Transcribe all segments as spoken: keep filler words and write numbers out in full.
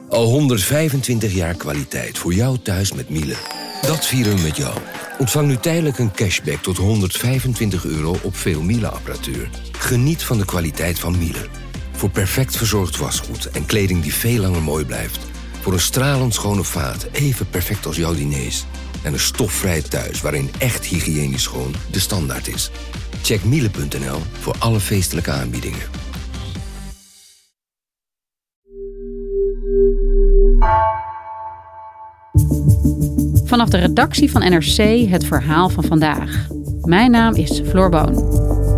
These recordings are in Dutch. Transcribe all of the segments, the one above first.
Al honderdvijfentwintig jaar kwaliteit voor jou thuis met Miele. Dat vieren we met jou. Ontvang nu tijdelijk een cashback tot honderdvijfentwintig euro op veel Miele-apparatuur. Geniet van de kwaliteit van Miele. Voor perfect verzorgd wasgoed en kleding die veel langer mooi blijft. Voor een stralend schone vaat, even perfect als jouw diners. En een stofvrij thuis waarin echt hygiënisch schoon de standaard is. Check miele punt n l voor alle feestelijke aanbiedingen. Vanaf de redactie van N R C het verhaal van vandaag. Mijn naam is Floor Boon.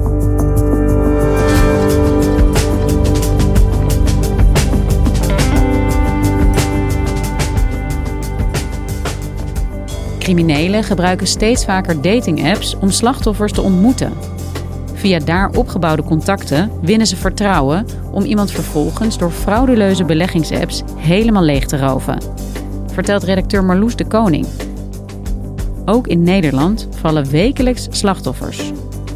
Criminelen gebruiken steeds vaker dating-apps om slachtoffers te ontmoeten. Via daar opgebouwde contacten winnen ze vertrouwen om iemand vervolgens door frauduleuze beleggingsapps helemaal leeg te roven. Vertelt redacteur Marloes de Koning. Ook in Nederland vallen wekelijks slachtoffers.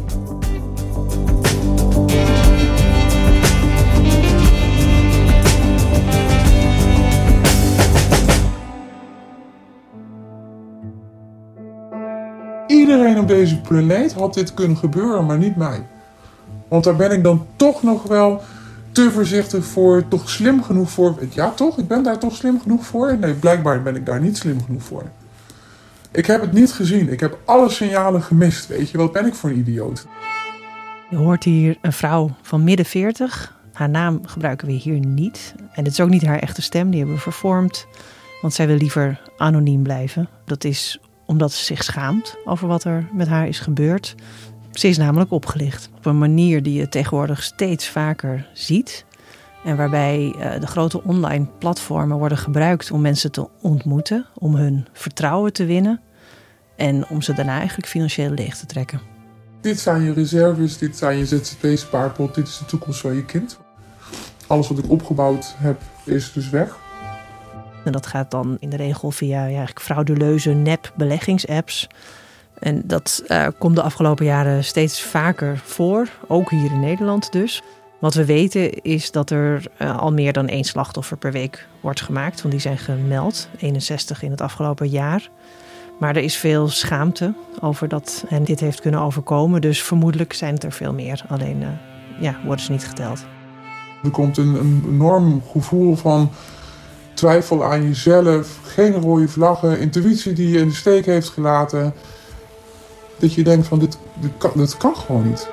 Iedereen op deze planeet had dit kunnen gebeuren, maar niet mij. Want daar ben ik dan toch nog wel te voorzichtig voor, toch slim genoeg voor. Ja toch, ik ben daar toch slim genoeg voor? Nee, blijkbaar ben ik daar niet slim genoeg voor. Ik heb het niet gezien. Ik heb alle signalen gemist. Weet je, wat ben ik voor een idioot? Je hoort hier een vrouw van midden veertig. Haar naam gebruiken we hier niet. En het is ook niet haar echte stem, die hebben we vervormd. Want zij wil liever anoniem blijven. Dat is omdat ze zich schaamt over wat er met haar is gebeurd. Ze is namelijk opgelicht. Op een manier die je tegenwoordig steeds vaker ziet. En waarbij uh, de grote online platformen worden gebruikt om mensen te ontmoeten. Om hun vertrouwen te winnen. En om ze daarna eigenlijk financieel leeg te trekken. Dit zijn je reserves, dit zijn je Z Z P-spaarpot, dit is de toekomst van je kind. Alles wat ik opgebouwd heb is dus weg. En dat gaat dan in de regel via ja, eigenlijk frauduleuze nep-beleggingsapps. En dat uh, komt de afgelopen jaren steeds vaker voor, ook hier in Nederland dus. Wat we weten is dat er uh, al meer dan één slachtoffer per week wordt gemaakt. Want die zijn gemeld, eenenzestig in het afgelopen jaar. Maar er is veel schaamte over dat hen dit heeft kunnen overkomen. Dus vermoedelijk zijn het er veel meer. Alleen uh, ja, worden ze niet geteld. Er komt een, een enorm gevoel van twijfel aan jezelf. Geen rode vlaggen, intuïtie die je in de steek heeft gelaten. Dat je denkt van dit, dit, kan, dit kan gewoon niet.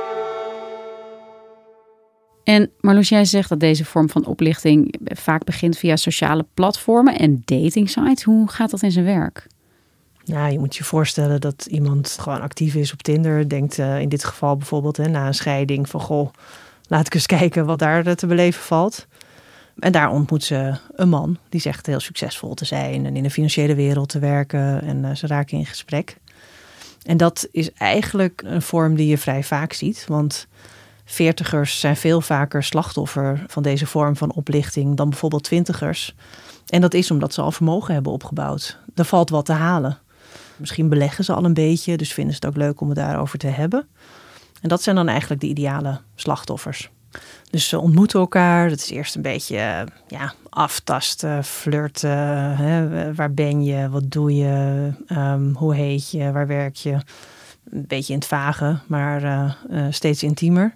En Marloes, jij zegt dat deze vorm van oplichting vaak begint via sociale platformen en datingsites. Hoe gaat dat in zijn werk? Nou, je moet je voorstellen dat iemand gewoon actief is op Tinder. Denkt uh, in dit geval bijvoorbeeld hè, na een scheiding van goh, laat ik eens kijken wat daar te beleven valt. En daar ontmoet ze een man die zegt heel succesvol te zijn en in de financiële wereld te werken. En uh, ze raken in gesprek. En dat is eigenlijk een vorm die je vrij vaak ziet. Want veertigers zijn veel vaker slachtoffer van deze vorm van oplichting dan bijvoorbeeld twintigers. En dat is omdat ze al vermogen hebben opgebouwd. Er valt wat te halen. Misschien beleggen ze al een beetje, dus vinden ze het ook leuk om het daarover te hebben. En dat zijn dan eigenlijk de ideale slachtoffers. Dus ze ontmoeten elkaar. Dat is eerst een beetje ja, aftasten, flirten. Hè? Waar ben je? Wat doe je? Um, hoe heet je? Waar werk je? Een beetje in het vage, maar uh, uh, steeds intiemer.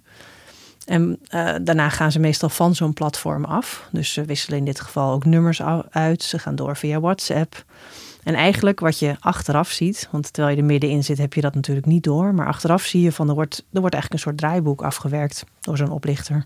En uh, daarna gaan ze meestal van zo'n platform af. Dus ze wisselen in dit geval ook nummers uit. Ze gaan door via WhatsApp. En eigenlijk wat je achteraf ziet, want terwijl je er middenin zit heb je dat natuurlijk niet door. Maar achteraf zie je van er wordt, er wordt eigenlijk een soort draaiboek afgewerkt door zo'n oplichter.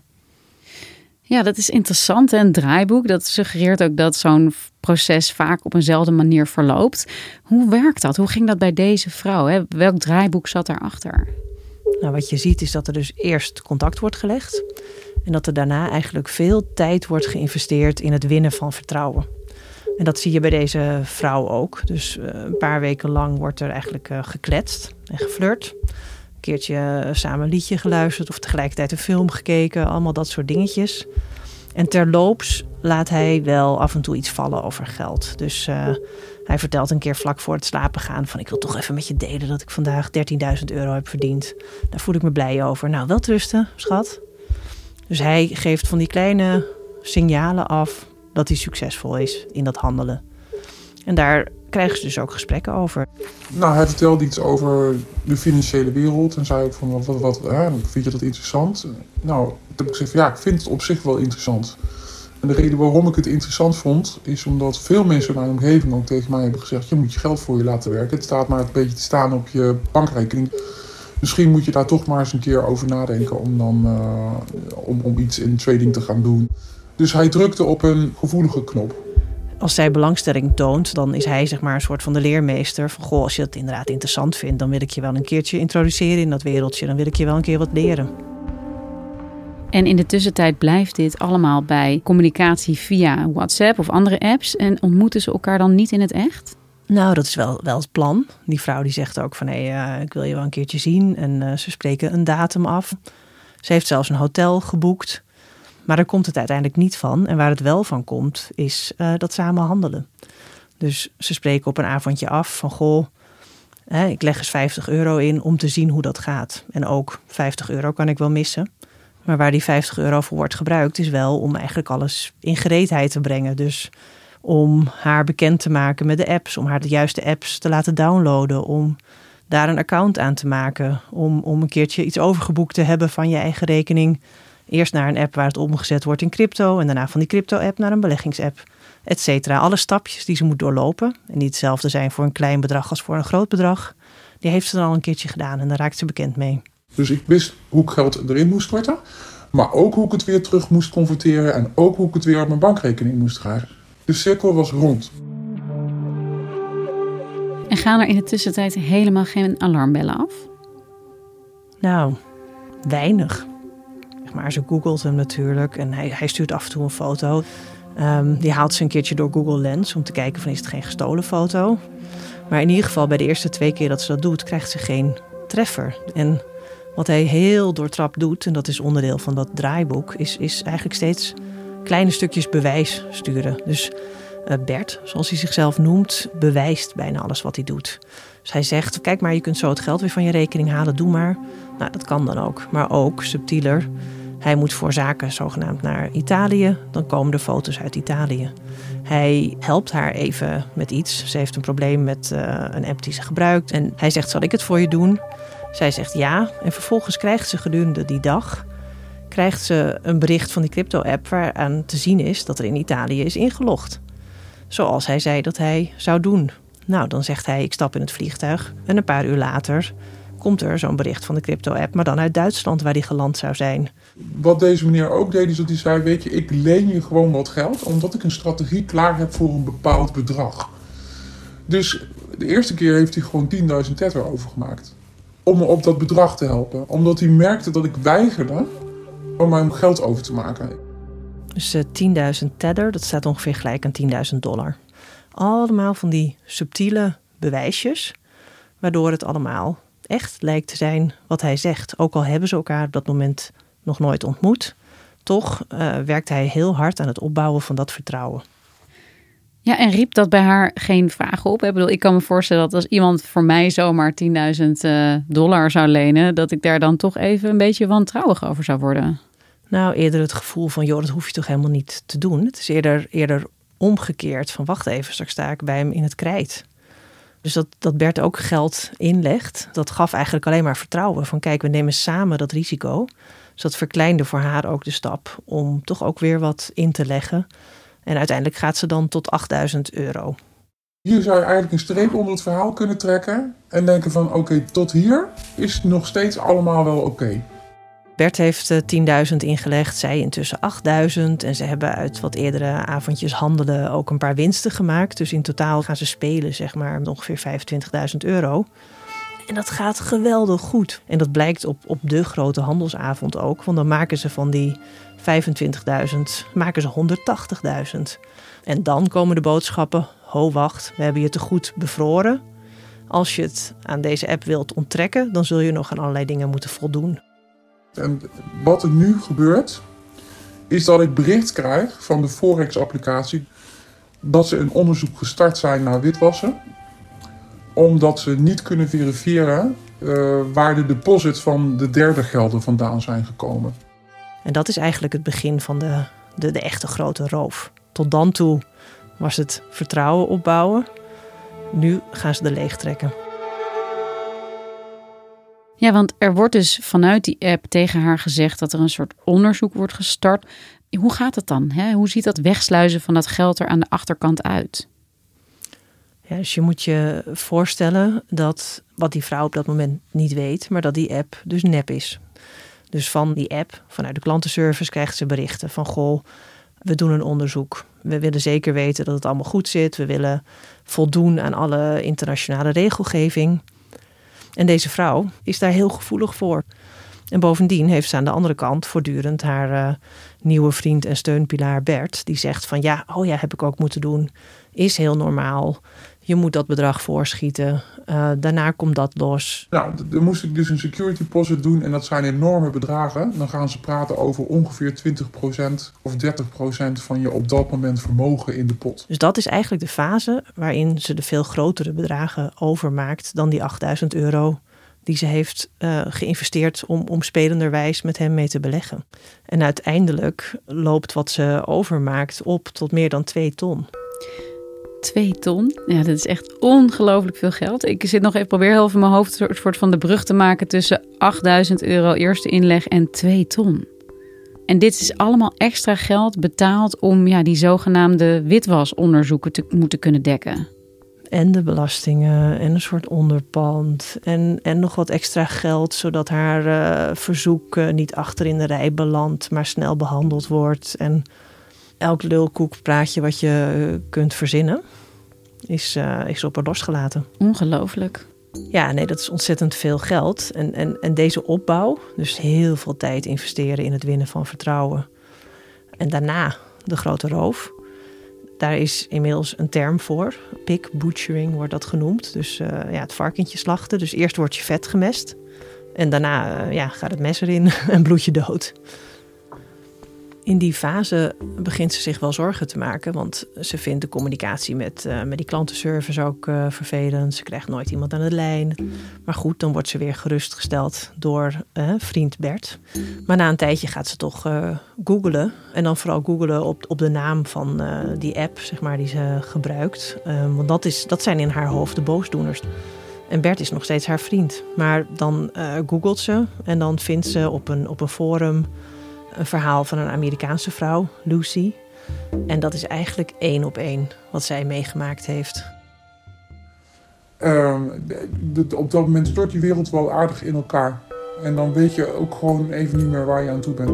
Ja, dat is interessant. Een draaiboek, dat suggereert ook dat zo'n proces vaak op eenzelfde manier verloopt. Hoe werkt dat? Hoe ging dat bij deze vrouw? Hè? Welk draaiboek zat daarachter? Nou, wat je ziet is dat er dus eerst contact wordt gelegd. En dat er daarna eigenlijk veel tijd wordt geïnvesteerd in het winnen van vertrouwen. En dat zie je bij deze vrouw ook. Dus uh, een paar weken lang wordt er eigenlijk uh, gekletst en geflirt. Een keertje uh, samen een liedje geluisterd of tegelijkertijd een film gekeken. Allemaal dat soort dingetjes. En terloops laat hij wel af en toe iets vallen over geld. Dus uh, hij vertelt een keer vlak voor het slapen gaan van ik wil toch even met je delen dat ik vandaag dertienduizend euro heb verdiend. Daar voel ik me blij over. Nou, wel trusten, schat. Dus hij geeft van die kleine signalen af dat hij succesvol is in dat handelen. En daar krijgen ze dus ook gesprekken over. Nou, hij vertelde iets over de financiële wereld en zei ook van, wat, wat, hè, vind je dat interessant? Nou, toen heb ik gezegd, ja, ik vind het op zich wel interessant. En de reden waarom ik het interessant vond, is omdat veel mensen in mijn omgeving ook tegen mij hebben gezegd, je moet je geld voor je laten werken. Het staat maar een beetje te staan op je bankrekening. Misschien moet je daar toch maar eens een keer over nadenken om dan uh, om, om iets in trading te gaan doen. Dus hij drukte op een gevoelige knop. Als zij belangstelling toont, dan is hij zeg maar een soort van de leermeester. Van goh, als je het inderdaad interessant vindt, dan wil ik je wel een keertje introduceren in dat wereldje. Dan wil ik je wel een keer wat leren. En in de tussentijd blijft dit allemaal bij communicatie via WhatsApp of andere apps. En ontmoeten ze elkaar dan niet in het echt? Nou, dat is wel, wel het plan. Die vrouw die zegt ook van, hé, hey, uh, ik wil je wel een keertje zien. En uh, ze spreken een datum af. Ze heeft zelfs een hotel geboekt. Maar daar komt het uiteindelijk niet van. En waar het wel van komt, is uh, dat samen handelen. Dus ze spreken op een avondje af van, goh, hè, ik leg eens vijftig euro in om te zien hoe dat gaat. En ook vijftig euro kan ik wel missen. Maar waar die vijftig euro voor wordt gebruikt, is wel om eigenlijk alles in gereedheid te brengen. Dus om haar bekend te maken met de apps, om haar de juiste apps te laten downloaden, om daar een account aan te maken, om, om een keertje iets overgeboekt te hebben van je eigen rekening. Eerst naar een app waar het omgezet wordt in crypto en daarna van die crypto-app naar een beleggingsapp, et cetera. Alle stapjes die ze moet doorlopen en die hetzelfde zijn voor een klein bedrag als voor een groot bedrag, die heeft ze dan al een keertje gedaan en daar raakt ze bekend mee. Dus ik wist hoe ik geld erin moest storten, maar ook hoe ik het weer terug moest converteren en ook hoe ik het weer op mijn bankrekening moest krijgen. De cirkel was rond. En gaan er in de tussentijd helemaal geen alarmbellen af? Nou, weinig. Maar ze googelt hem natuurlijk en hij, hij stuurt af en toe een foto. Um, die haalt ze een keertje door Google Lens om te kijken van is het geen gestolen foto. Maar in ieder geval bij de eerste twee keer dat ze dat doet, krijgt ze geen treffer. En wat hij heel doortrapt doet, en dat is onderdeel van dat draaiboek, is, is eigenlijk steeds kleine stukjes bewijs sturen. Dus uh, Bert, zoals hij zichzelf noemt, bewijst bijna alles wat hij doet. Dus hij zegt, kijk maar, je kunt zo het geld weer van je rekening halen, doe maar. Nou, dat kan dan ook. Maar ook, subtieler, hij moet voor zaken zogenaamd naar Italië. Dan komen de foto's uit Italië. Hij helpt haar even met iets. Ze heeft een probleem met uh, een app die ze gebruikt. En hij zegt, zal ik het voor je doen? Zij zegt ja. En vervolgens krijgt ze gedurende die dag krijgt ze een bericht van die crypto-app waaraan te zien is dat er in Italië is ingelogd. Zoals hij zei dat hij zou doen. Nou, dan zegt hij, ik stap in het vliegtuig. En een paar uur later komt er zo'n bericht van de crypto-app, maar dan uit Duitsland waar die geland zou zijn. Wat deze meneer ook deed, is dat hij zei, weet je, ik leen je gewoon wat geld, omdat ik een strategie klaar heb voor een bepaald bedrag. Dus de eerste keer heeft hij gewoon tienduizend tether overgemaakt. Om me op dat bedrag te helpen. Omdat hij merkte dat ik weigerde om hem geld over te maken. Dus uh, tienduizend tether, dat staat ongeveer gelijk aan tienduizend dollar. Allemaal van die subtiele bewijsjes, waardoor het allemaal echt lijkt te zijn wat hij zegt. Ook al hebben ze elkaar op dat moment nog nooit ontmoet, toch uh, werkt hij heel hard aan het opbouwen van dat vertrouwen. Ja, en riep dat bij haar geen vragen op? Ik bedoel, ik kan me voorstellen dat als iemand voor mij zomaar tienduizend uh, dollar zou lenen, dat ik daar dan toch even een beetje wantrouwig over zou worden. Nou, eerder het gevoel van, joh, dat hoef je toch helemaal niet te doen. Het is eerder, eerder omgekeerd van, wacht even, straks sta ik bij hem in het krijt. Dus dat, dat Bert ook geld inlegt, dat gaf eigenlijk alleen maar vertrouwen. Van kijk, we nemen samen dat risico. Dus dat verkleinde voor haar ook de stap om toch ook weer wat in te leggen. En uiteindelijk gaat ze dan tot achtduizend euro. Hier zou je eigenlijk een streep onder het verhaal kunnen trekken en denken van oké, okay, tot hier is het nog steeds allemaal wel oké. Okay. Bert heeft tienduizend ingelegd, zij intussen achtduizend. En ze hebben uit wat eerdere avondjes handelen ook een paar winsten gemaakt. Dus in totaal gaan ze spelen, zeg maar, met ongeveer vijfentwintigduizend euro. En dat gaat geweldig goed. En dat blijkt op, op de grote handelsavond ook. Want dan maken ze van die vijfentwintigduizend, maken ze honderdtachtigduizend. En dan komen de boodschappen, ho wacht, we hebben je te goed bevroren. Als je het aan deze app wilt onttrekken, dan zul je nog aan allerlei dingen moeten voldoen. En wat er nu gebeurt, is dat ik bericht krijg van de Forex-applicatie dat ze een onderzoek gestart zijn naar witwassen. Omdat ze niet kunnen verifiëren uh, waar de deposits van de derde gelden vandaan zijn gekomen. En dat is eigenlijk het begin van de, de, de echte grote roof. Tot dan toe was het vertrouwen opbouwen. Nu gaan ze er leeg trekken. Ja, want er wordt dus vanuit die app tegen haar gezegd dat er een soort onderzoek wordt gestart. Hoe gaat het dan? Hè? Hoe ziet dat wegsluizen van dat geld er aan de achterkant uit? Ja, dus je moet je voorstellen dat wat die vrouw op dat moment niet weet, maar dat die app dus nep is. Dus van die app, vanuit de klantenservice, krijgt ze berichten van goh, we doen een onderzoek. We willen zeker weten dat het allemaal goed zit. We willen voldoen aan alle internationale regelgeving. En deze vrouw is daar heel gevoelig voor. En bovendien heeft ze aan de andere kant voortdurend haar uh, nieuwe vriend en steunpilaar Bert. Die zegt van ja, oh ja, heb ik ook moeten doen. Is heel normaal. Je moet dat bedrag voorschieten. Uh, daarna komt dat los. Nou, dan moest ik dus een security deposit doen. En dat zijn enorme bedragen. Dan gaan ze praten over ongeveer twintig procent of dertig procent van je op dat moment vermogen in de pot. Dus dat is eigenlijk de fase waarin ze de veel grotere bedragen overmaakt dan die achtduizend euro die ze heeft uh, geïnvesteerd om, om spelenderwijs met hem mee te beleggen. En uiteindelijk loopt wat ze overmaakt op tot meer dan twee ton. Twee ton? Ja, dat is echt ongelooflijk veel geld. Ik zit nog even, probeer heel even mijn hoofd een soort van de brug te maken tussen achtduizend euro eerste inleg en twee ton. En dit is allemaal extra geld betaald om ja, die zogenaamde witwasonderzoeken te moeten kunnen dekken. En de belastingen en een soort onderpand en, en nog wat extra geld, zodat haar uh, verzoek uh, niet achter in de rij belandt, maar snel behandeld wordt. En elk lulkoekpraatje wat je uh, kunt verzinnen, is, uh, is op haar losgelaten. Ongelooflijk. Ja, nee, dat is ontzettend veel geld. En, en, en deze opbouw, dus heel veel tijd investeren in het winnen van vertrouwen. En daarna de grote roof. Daar is inmiddels een term voor. Pig butchering wordt dat genoemd. Dus uh, ja, het varkentje slachten. Dus eerst wordt je vet gemest. En daarna uh, ja, gaat het mes erin en bloed je dood. In die fase begint ze zich wel zorgen te maken. Want ze vindt de communicatie met, uh, met die klantenservice ook uh, vervelend. Ze krijgt nooit iemand aan de lijn. Maar goed, dan wordt ze weer gerustgesteld door uh, vriend Bert. Maar na een tijdje gaat ze toch uh, googlen. En dan vooral googlen op, op de naam van uh, die app, zeg maar, die ze gebruikt. Uh, want dat, is, dat zijn in haar hoofd de boosdoeners. En Bert is nog steeds haar vriend. Maar dan uh, googelt ze en dan vindt ze op een, op een forum een verhaal van een Amerikaanse vrouw, Lucy. En dat is eigenlijk één op één wat zij meegemaakt heeft. Uh, de, de, op dat moment stort die wereld wel aardig in elkaar. En dan weet je ook gewoon even niet meer waar je aan toe bent.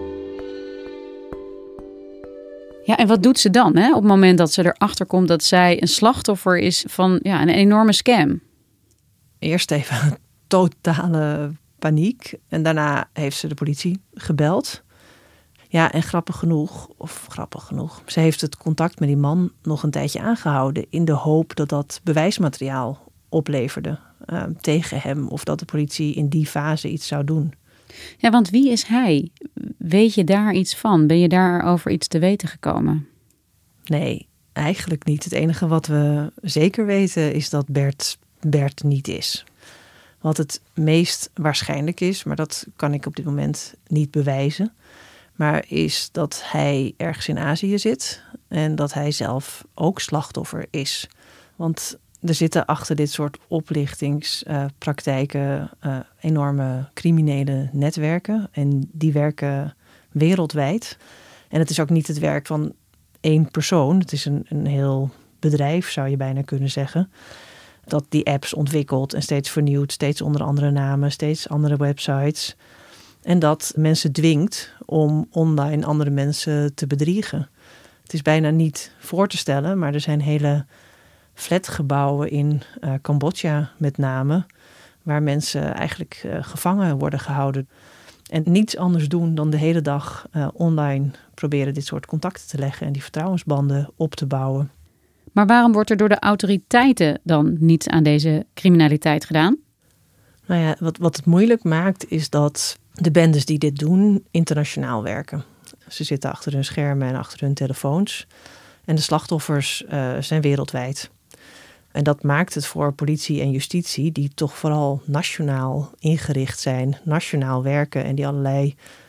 Ja, en wat doet ze dan hè, op het moment dat ze erachter komt dat zij een slachtoffer is van ja, een enorme scam? Eerst even totale paniek. En daarna heeft ze de politie gebeld. Ja, en grappig genoeg, of grappig genoeg, ze heeft het contact met die man nog een tijdje aangehouden in de hoop dat dat bewijsmateriaal opleverde uh, tegen hem of dat de politie in die fase iets zou doen. Ja, want wie is hij? Weet je daar iets van? Ben je daarover iets te weten gekomen? Nee, eigenlijk niet. Het enige wat we zeker weten is dat Bert Bert niet is. Wat het meest waarschijnlijk is, maar dat kan ik op dit moment niet bewijzen, maar is dat hij ergens in Azië zit en dat hij zelf ook slachtoffer is. Want er zitten achter dit soort oplichtingspraktijken uh, uh, enorme criminele netwerken en die werken wereldwijd. En het is ook niet het werk van één persoon, het is een, een heel bedrijf, zou je bijna kunnen zeggen, dat die apps ontwikkelt en steeds vernieuwt, steeds onder andere namen, steeds andere websites. En dat mensen dwingt om online andere mensen te bedriegen. Het is bijna niet voor te stellen, maar er zijn hele flatgebouwen in uh, Cambodja met name, waar mensen eigenlijk uh, gevangen worden gehouden. En niets anders doen dan de hele dag uh, online proberen dit soort contacten te leggen en die vertrouwensbanden op te bouwen. Maar waarom wordt er door de autoriteiten dan niets aan deze criminaliteit gedaan? Nou ja, wat, wat het moeilijk maakt is dat de bendes die dit doen internationaal werken. Ze zitten achter hun schermen en achter hun telefoons. En de slachtoffers uh, zijn wereldwijd. En dat maakt het voor politie en justitie, die toch vooral nationaal ingericht zijn, nationaal werken en die allerlei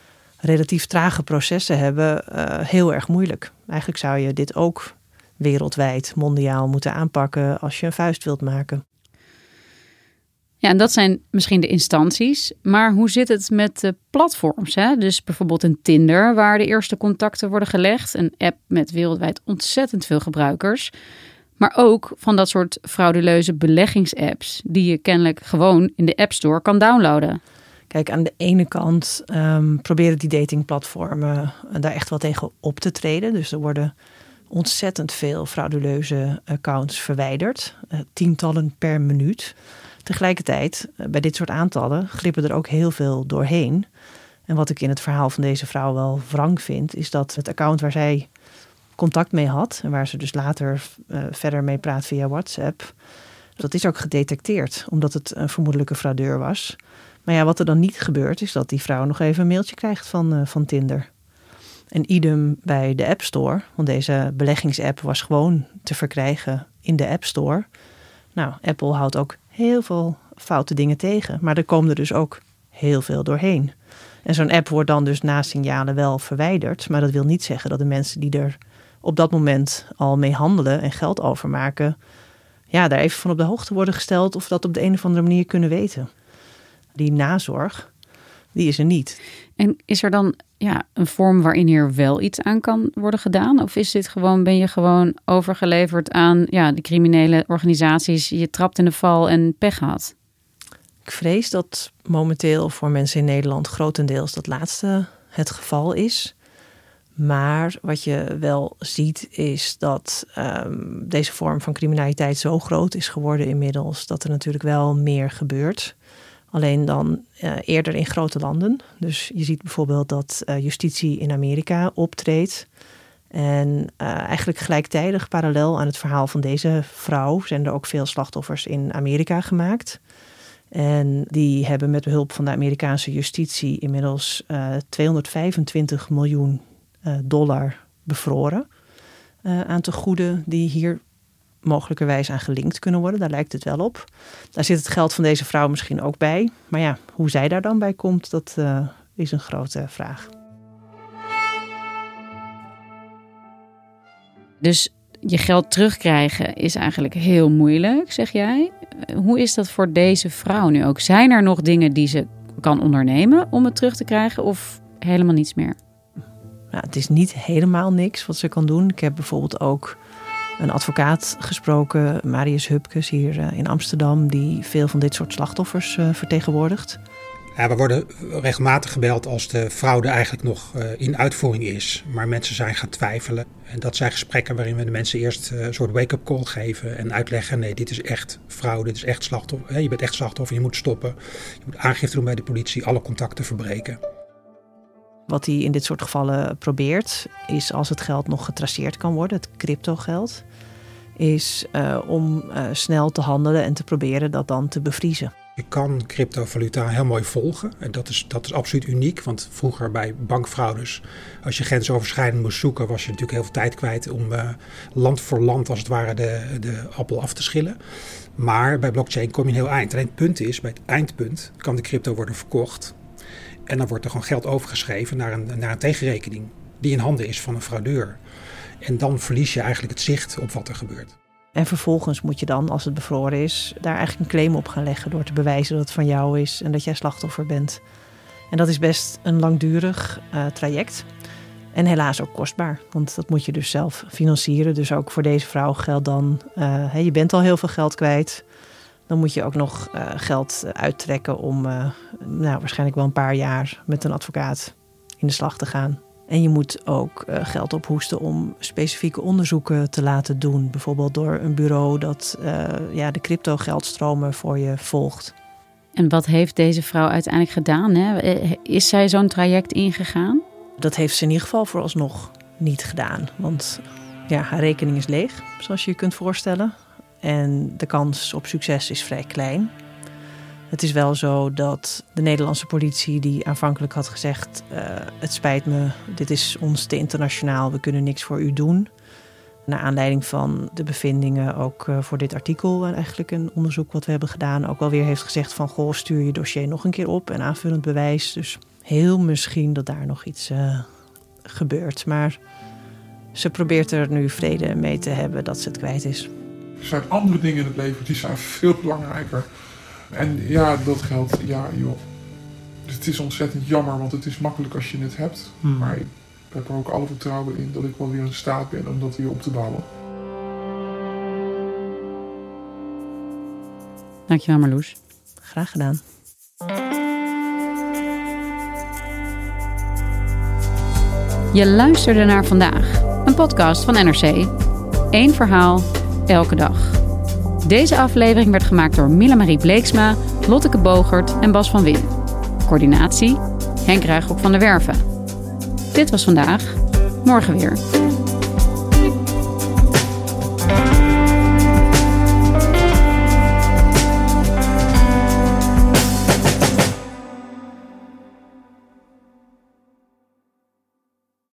relatief trage processen hebben, uh, heel erg moeilijk. Eigenlijk zou je dit ook wereldwijd, mondiaal moeten aanpakken als je een vuist wilt maken. Ja, en dat zijn misschien de instanties. Maar hoe zit het met de platforms? Hè? Dus bijvoorbeeld een Tinder, waar de eerste contacten worden gelegd. Een app met wereldwijd ontzettend veel gebruikers. Maar ook van dat soort frauduleuze beleggingsapps, die je kennelijk gewoon in de App Store kan downloaden. Kijk, aan de ene kant um, proberen die datingplatformen daar echt wel tegen op te treden. Dus er worden ontzettend veel frauduleuze accounts verwijderd. Uh, tientallen per minuut. Tegelijkertijd, uh, bij dit soort aantallen, glippen er ook heel veel doorheen. En wat ik in het verhaal van deze vrouw wel wrang vind, is dat het account waar zij contact mee had en waar ze dus later uh, verder mee praat via WhatsApp, dat is ook gedetecteerd, omdat het een vermoedelijke fraudeur was. Maar ja, wat er dan niet gebeurt, is dat die vrouw nog even een mailtje krijgt van, uh, van Tinder. En idem bij de App Store, want deze beleggingsapp was gewoon te verkrijgen in de App Store. Nou, Apple houdt ook heel veel foute dingen tegen, maar er komen er dus ook heel veel doorheen. En zo'n app wordt dan dus na signalen wel verwijderd, maar dat wil niet zeggen dat de mensen die er op dat moment al mee handelen en geld overmaken, ja, daar even van op de hoogte worden gesteld of dat op de een of andere manier kunnen weten. Die nazorg, die is er niet. En is er dan ja, een vorm waarin hier wel iets aan kan worden gedaan? Of is dit gewoon, ben je gewoon overgeleverd aan ja, de criminele organisaties, je trapt in de val en pech had? Ik vrees dat momenteel voor mensen in Nederland grotendeels dat laatste het geval is. Maar wat je wel ziet is dat um, deze vorm van criminaliteit zo groot is geworden inmiddels, dat er natuurlijk wel meer gebeurt. Alleen dan uh, eerder in grote landen. Dus je ziet bijvoorbeeld dat uh, justitie in Amerika optreedt. En uh, eigenlijk gelijktijdig, parallel aan het verhaal van deze vrouw, zijn er ook veel slachtoffers in Amerika gemaakt. En die hebben met behulp van de Amerikaanse justitie inmiddels uh, tweehonderdvijfentwintig miljoen uh, dollar bevroren. Uh, aan tegoeden die hier mogelijkerwijs aan gelinkt kunnen worden. Daar lijkt het wel op. Daar zit het geld van deze vrouw misschien ook bij. Maar ja, hoe zij daar dan bij komt, dat uh, is een grote vraag. Dus je geld terugkrijgen is eigenlijk heel moeilijk, zeg jij. Hoe is dat voor deze vrouw nu ook? Zijn er nog dingen die ze kan ondernemen om het terug te krijgen of helemaal niets meer? Nou, het is niet helemaal niks wat ze kan doen. Ik heb bijvoorbeeld ook een advocaat gesproken, Marius Hupkes hier in Amsterdam, die veel van dit soort slachtoffers uh, vertegenwoordigt. Ja, we worden regelmatig gebeld als de fraude eigenlijk nog uh, in uitvoering is. Maar mensen zijn gaan twijfelen. En dat zijn gesprekken waarin we de mensen eerst uh, een soort wake-up call geven en uitleggen: nee, dit is echt fraude, dit is echt slachtoffer. Je bent echt slachtoffer, je moet stoppen. Je moet aangifte doen bij de politie, alle contacten verbreken. Wat hij in dit soort gevallen probeert, is als het geld nog getraceerd kan worden, het cryptogeld, is uh, om uh, snel te handelen en te proberen dat dan te bevriezen. Je kan cryptovaluta heel mooi volgen. En dat is, dat is absoluut uniek. Want vroeger bij bankfraudes, als je grensoverschrijdend moest zoeken, was je natuurlijk heel veel tijd kwijt om uh, land voor land als het ware de, de appel af te schillen. Maar bij blockchain kom je een heel eind. Alleen het punt is, bij het eindpunt kan de crypto worden verkocht. En dan wordt er gewoon geld overgeschreven naar een, naar een tegenrekening die in handen is van een fraudeur. En dan verlies je eigenlijk het zicht op wat er gebeurt. En vervolgens moet je dan, als het bevroren is, daar eigenlijk een claim op gaan leggen door te bewijzen dat het van jou is en dat jij slachtoffer bent. En dat is best een langdurig uh, traject. En helaas ook kostbaar, want dat moet je dus zelf financieren. Dus ook voor deze vrouw geldt dan, uh, hey, je bent al heel veel geld kwijt. Dan moet je ook nog uh, geld uittrekken om uh, nou, waarschijnlijk wel een paar jaar met een advocaat in de slag te gaan. En je moet ook uh, geld ophoesten om specifieke onderzoeken te laten doen. Bijvoorbeeld door een bureau dat uh, ja, de crypto-geldstromen voor je volgt. En wat heeft deze vrouw uiteindelijk gedaan? Hè? Is zij zo'n traject ingegaan? Dat heeft ze in ieder geval vooralsnog niet gedaan. Want ja, haar rekening is leeg, zoals je je kunt voorstellen. En de kans op succes is vrij klein. Het is wel zo dat de Nederlandse politie, die aanvankelijk had gezegd: Uh, het spijt me, dit is ons te internationaal, we kunnen niks voor u doen. Naar aanleiding van de bevindingen ook uh, voor dit artikel, en eigenlijk een onderzoek wat we hebben gedaan, ook wel weer heeft gezegd van: goh, stuur je dossier nog een keer op en aanvullend bewijs. Dus heel misschien dat daar nog iets uh, gebeurt. Maar ze probeert er nu vrede mee te hebben dat ze het kwijt is. Er zijn andere dingen in het leven die zijn veel belangrijker. En ja, dat geldt. Ja, joh. Het is ontzettend jammer, want het is makkelijk als je het hebt. Hmm. Maar ik heb er ook alle vertrouwen in dat ik wel weer in staat ben om dat weer op te bouwen. Dankjewel, Marloes. Graag gedaan. Je luisterde naar Vandaag, een podcast van N R C. Eén verhaal, elke dag. Deze aflevering werd gemaakt door Mila-Marie Bleeksma, Lotteke Bogert en Bas van Win. Coördinatie, Henk Ruigrok van der Werven. Dit was Vandaag, morgen weer.